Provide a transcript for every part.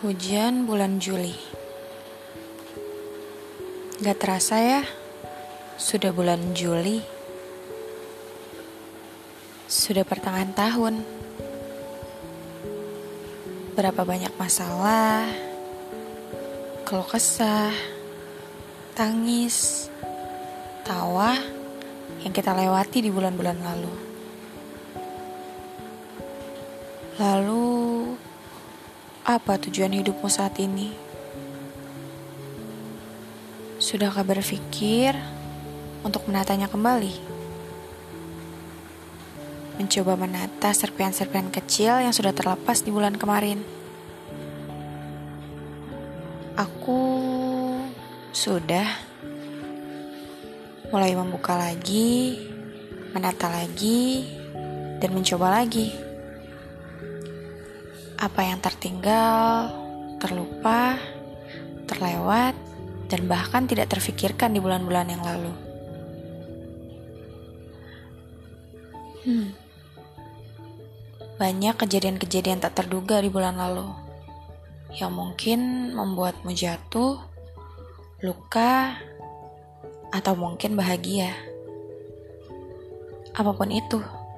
Hujan bulan Juli. Gak terasa ya, sudah bulan Juli. Sudah pertengahan tahun. Berapa banyak masalah, keluh kesah, tangis, tawa yang kita lewati di bulan-bulan lalu. Lalu, apa tujuan hidupmu saat ini? Sudahkah berpikir untuk menatanya kembali? Mencoba menata serpihan-serpihan kecil yang sudah terlepas di bulan kemarin. Aku sudah mulai membuka lagi, menata lagi, dan mencoba lagi. Apa yang tertinggal, terlupa, terlewat, dan bahkan tidak terfikirkan di bulan-bulan yang lalu. Banyak kejadian-kejadian tak terduga di bulan lalu yang mungkin membuatmu jatuh, luka, atau mungkin bahagia. Apapun itu,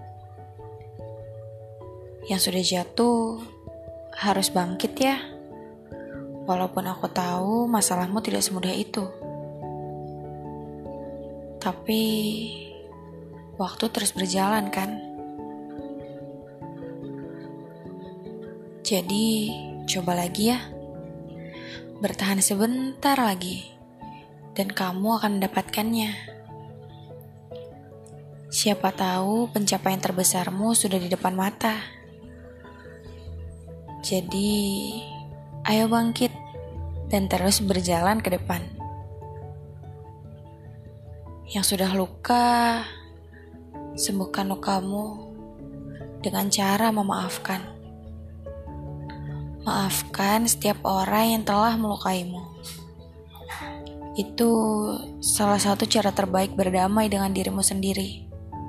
yang sudah jatuh harus bangkit ya. Walaupun aku tahu masalahmu tidak semudah itu. Tapi waktu terus berjalan kan. Jadi coba lagi ya. Bertahan sebentar lagi. Dan kamu akan mendapatkannya. Siapa tahu pencapaian terbesarmu sudah di depan mata. Jadi, ayo bangkit dan terus berjalan ke depan. Yang sudah luka, sembuhkan lukamu dengan cara memaafkan. Maafkan setiap orang yang telah melukaimu. Itu salah satu cara terbaik berdamai dengan dirimu sendiri.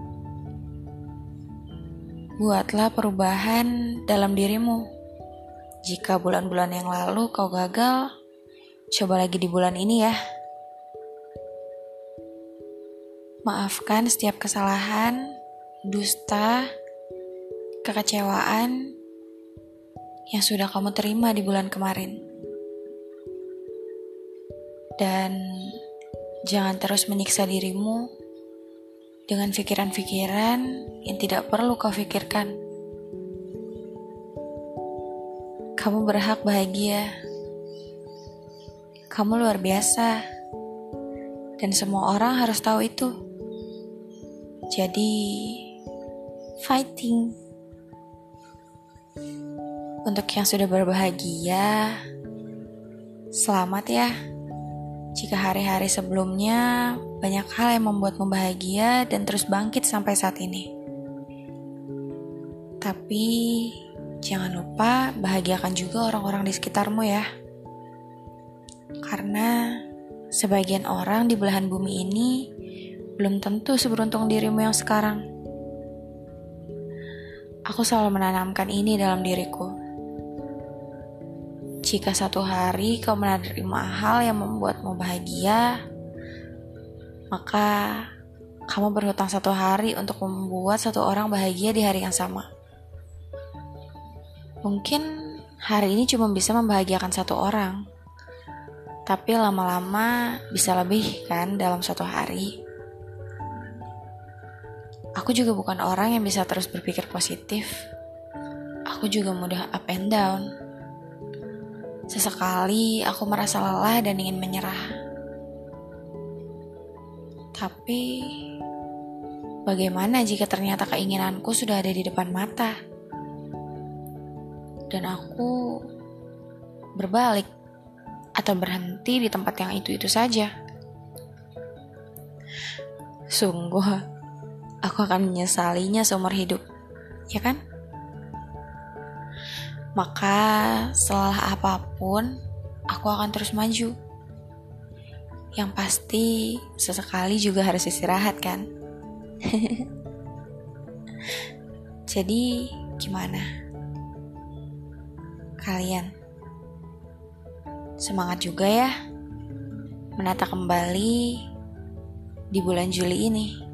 Buatlah perubahan dalam dirimu. Jika bulan-bulan yang lalu kau gagal, coba lagi di bulan ini ya. Maafkan setiap kesalahan, dusta, kekecewaan yang sudah kamu terima di bulan kemarin. Dan jangan terus menyiksa dirimu dengan pikiran-pikiran yang tidak perlu kau pikirkan. Kamu berhak bahagia. Kamu luar biasa. Dan semua orang harus tahu itu. Jadi, fighting. Untuk yang sudah berbahagia, selamat ya. Jika hari-hari sebelumnya banyak hal yang membuatmu bahagia dan terus bangkit sampai saat ini. Tapi jangan lupa bahagiakan juga orang-orang di sekitarmu ya. Karena sebagian orang di belahan bumi ini belum tentu seberuntung dirimu yang sekarang. Aku selalu menanamkan ini dalam diriku. Jika satu hari kau menerima hal yang membuatmu bahagia, maka kamu berhutang satu hari untuk membuat satu orang bahagia di hari yang sama. Mungkin hari ini cuma bisa membahagiakan satu orang, tapi lama-lama bisa lebih kan dalam satu hari. Aku juga bukan orang yang bisa terus berpikir positif. Aku juga mudah up and down. Sesekali aku merasa lelah dan ingin menyerah. Tapi bagaimana jika ternyata keinginanku sudah ada di depan mata? Dan aku berbalik atau berhenti di tempat yang itu-itu saja. Sungguh, aku akan menyesalinya seumur hidup, ya kan? Maka setelah apapun, aku akan terus maju. Yang pasti sesekali juga harus istirahat kan? Jadi gimana? Kalian Semangat juga ya menata kembali di bulan Juli ini.